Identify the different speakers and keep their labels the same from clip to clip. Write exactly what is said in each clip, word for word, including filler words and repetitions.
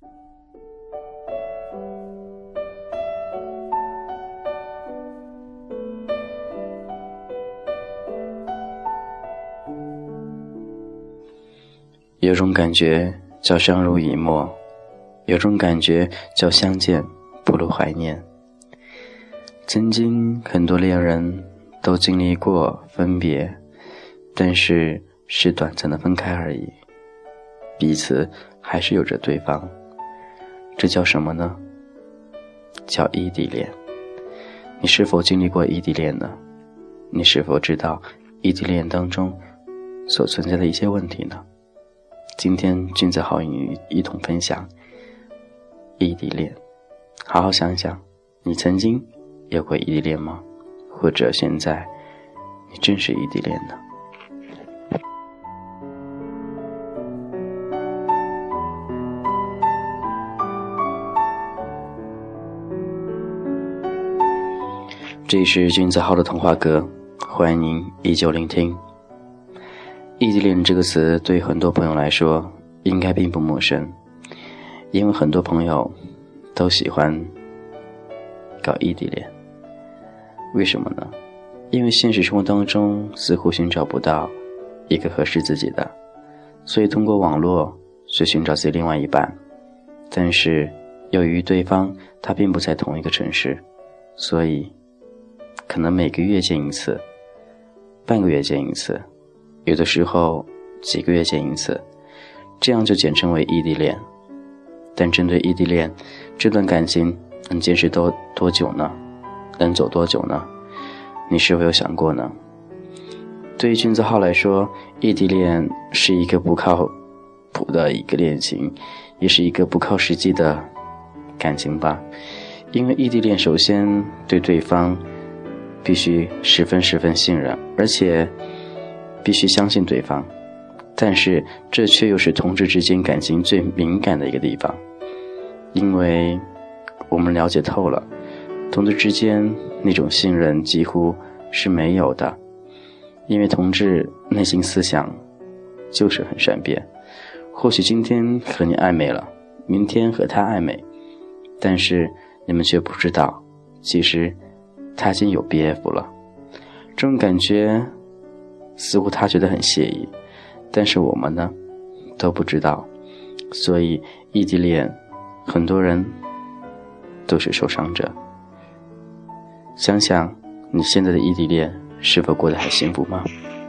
Speaker 1: 有种感觉叫相濡以沫，有种感觉叫相见不如怀念。曾经很多恋人都经历过分别，但是是短暂的分开而已，彼此还是有着对方。这叫什么呢？叫异地恋。你是否经历过异地恋呢？你是否知道异地恋当中所存在的一些问题呢？今天君子好语一同分享异地恋。好好想想，你曾经有过异地恋吗？或者现在你正是异地恋呢？这里是君子号的童话阁，欢迎您依旧聆听。异地恋这个词对很多朋友来说应该并不陌生，因为很多朋友都喜欢搞异地恋。为什么呢？因为现实生活当中似乎寻找不到一个合适自己的，所以通过网络去寻找自己另外一半。但是由于对方他并不在同一个城市，所以可能每个月见一次，半个月见一次，有的时候几个月见一次，这样就简称为异地恋。但针对异地恋这段感情能坚持多多久呢？能走多久呢？你是否有想过呢？对于君子号来说，异地恋是一个不靠谱的一个恋情，也是一个不靠实际的感情吧。因为异地恋首先对对方必须十分十分信任，而且必须相信对方，但是这却又是同志之间感情最敏感的一个地方。因为我们了解透了，同志之间那种信任几乎是没有的，因为同志内心思想就是很善变，或许今天和你暧昧了，明天和他暧昧，但是你们却不知道，其实他已经有 B F 了。这种感觉似乎他觉得很惬意，但是我们呢都不知道。所以异地恋很多人都是受伤者。想想你现在的异地恋是否过得还幸福吗？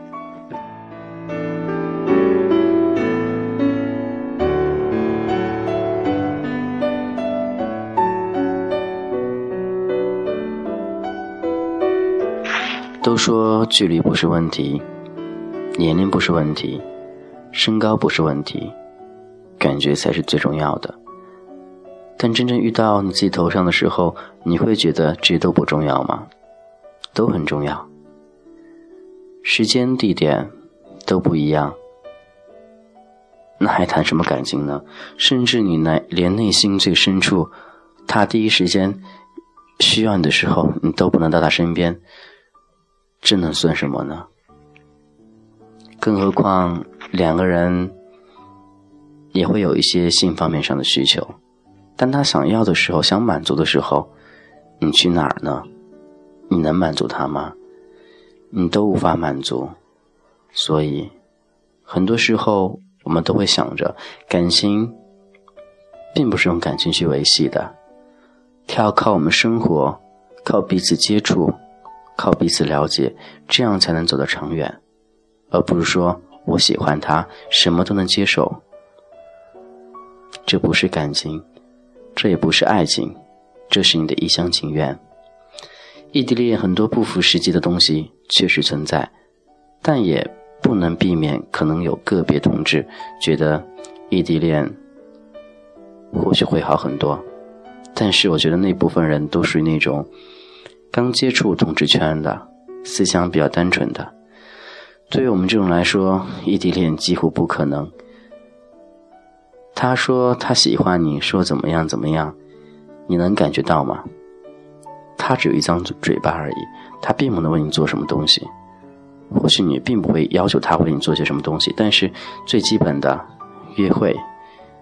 Speaker 1: 都说距离不是问题，年龄不是问题，身高不是问题，感觉才是最重要的。但真正遇到你自己头上的时候，你会觉得这些都不重要吗？都很重要。时间地点都不一样，那还谈什么感情呢？甚至你连内心最深处他第一时间需要你的时候你都不能到他身边，这能算什么呢？更何况两个人也会有一些性方面上的需求，当他想要的时候，想满足的时候，你去哪儿呢？你能满足他吗？你都无法满足。所以很多时候我们都会想着，感情并不是用感情去维系的，它要靠我们生活，靠彼此接触，靠彼此了解，这样才能走得长远，而不是说我喜欢他，什么都能接受。这不是感情，这也不是爱情，这是你的一厢情愿。异地恋很多不符实际的东西确实存在，但也不能避免可能有个别同志觉得异地恋或许会好很多，但是我觉得那部分人都属于那种刚接触同志圈的，思想比较单纯的。对于我们这种来说，异地恋几乎不可能。他说他喜欢你，说怎么样怎么样，你能感觉到吗？他只有一张嘴巴而已，他并不能为你做什么东西。或许你并不会要求他为你做些什么东西，但是最基本的约会，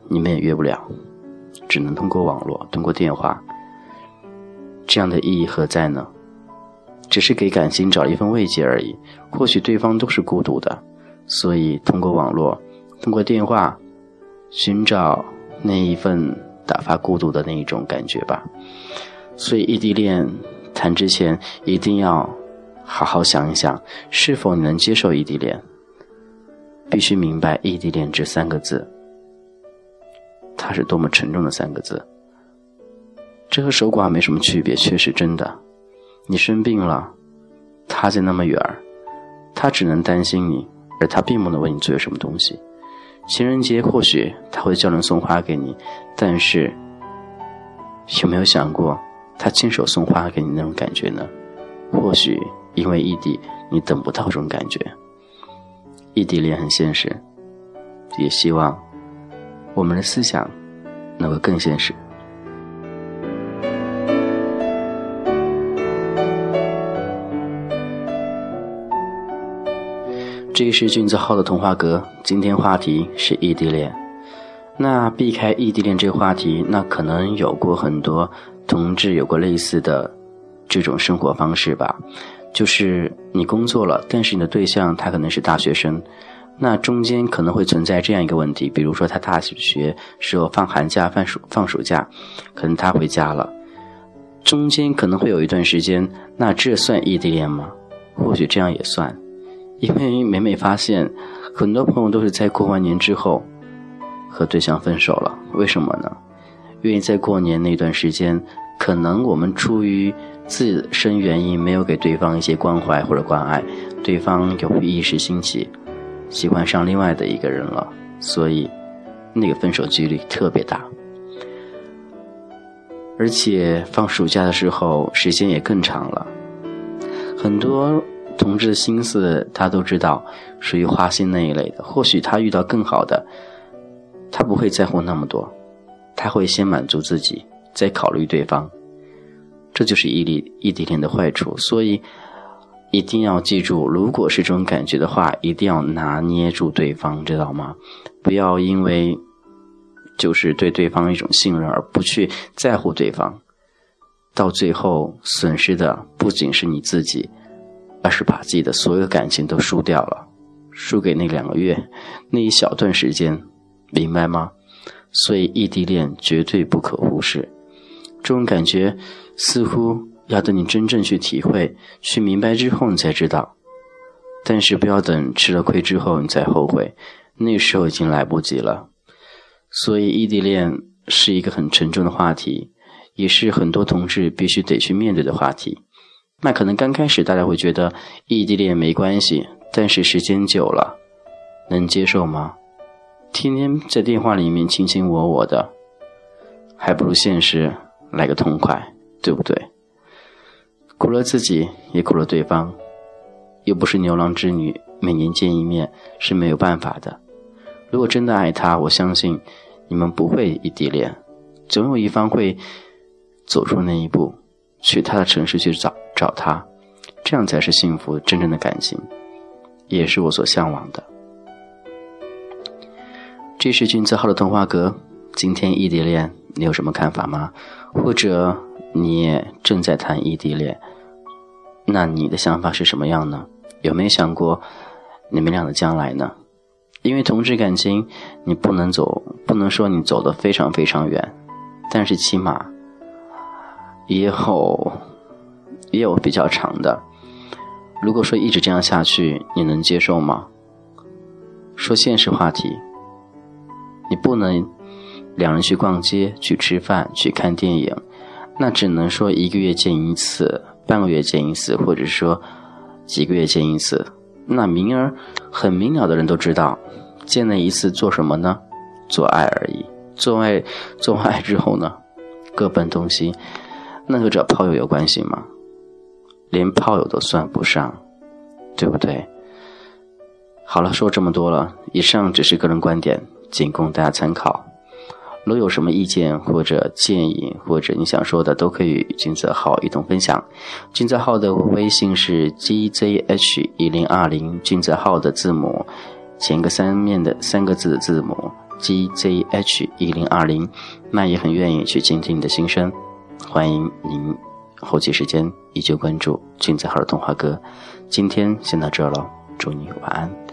Speaker 1: 你们也约不了，只能通过网络，通过电话。这样的意义何在呢？只是给感情找一份慰藉而已，或许对方都是孤独的，所以通过网络，通过电话寻找那一份打发孤独的那一种感觉吧。所以异地恋谈之前一定要好好想一想，是否你能接受异地恋。必须明白异地恋这三个字，它是多么沉重的三个字。这和守寡没什么区别，确实真的。你生病了，他在那么远，他只能担心你，而他并不能为你做什么东西。情人节或许他会叫人送花给你，但是有没有想过他亲手送花给你那种感觉呢？或许因为异地你等不到这种感觉。异地恋很现实，也希望我们的思想能够更现实。这是君子号的童话阁，今天话题是异地恋。那避开异地恋这个话题，那可能有过很多同志有过类似的这种生活方式吧，就是你工作了，但是你的对象他可能是大学生，那中间可能会存在这样一个问题，比如说他大学时候放寒假放暑放暑假，可能他回家了，中间可能会有一段时间，那这算异地恋吗？或许这样也算。因为每每发现很多朋友都是在过完年之后和对象分手了，为什么呢？因为在过年那段时间，可能我们出于自身原因没有给对方一些关怀或者关爱，对方有一时兴起喜欢上另外的一个人了，所以那个分手几率特别大。而且放暑假的时候时间也更长了，很多同志的心思他都知道，属于花心那一类的，或许他遇到更好的，他不会在乎那么多，他会先满足自己，再考虑对方。这就是异地异地恋的坏处，所以一定要记住，如果是这种感觉的话，一定要拿捏住对方，知道吗？不要因为就是对对方一种信任而不去在乎对方，到最后损失的不仅是你自己，而是把自己的所有感情都输掉了，输给那两个月那一小段时间，明白吗？所以异地恋绝对不可忽视，这种感觉似乎要等你真正去体会去明白之后你才知道，但是不要等吃了亏之后你才后悔，那时候已经来不及了。所以异地恋是一个很沉重的话题，也是很多同志必须得去面对的话题。那可能刚开始大家会觉得异地恋没关系，但是时间久了能接受吗？天天在电话里面卿卿我我的，还不如现实来个痛快，对不对？苦了自己也苦了对方，又不是牛郎织女每年见一面，是没有办法的。如果真的爱他，我相信你们不会异地恋，总有一方会走出那一步，去他的城市去找找他，这样才是幸福真正的感情，也是我所向往的。这是君子号的童话阁，今天异地恋你有什么看法吗？或者你也正在谈异地恋，那你的想法是什么样呢？有没有想过你们俩的将来呢？因为同志感情你不能走，不能说你走得非常非常远，但是起码也有也有比较长的。如果说一直这样下去，你能接受吗？说现实话题，你不能两人去逛街，去吃饭，去看电影，那只能说一个月见一次，半个月见一次，或者说几个月见一次。那明儿很明了的人都知道，见了一次做什么呢？做爱而已。做爱做爱之后呢，各奔东西，那和找炮友有关系吗？连炮友都算不上，对不对？好了，说这么多了，以上只是个人观点，仅供大家参考。如有什么意见或者建议，或者你想说的，都可以与君子号一同分享。君子号的微信是 G Z H 一零二零，君子号的字母前个三面的三个字的字母 G Z H 一零二零，那也很愿意去倾听你的心声。欢迎您后期时间依旧关注君子号的童话歌。今天先到这了，祝你晚安。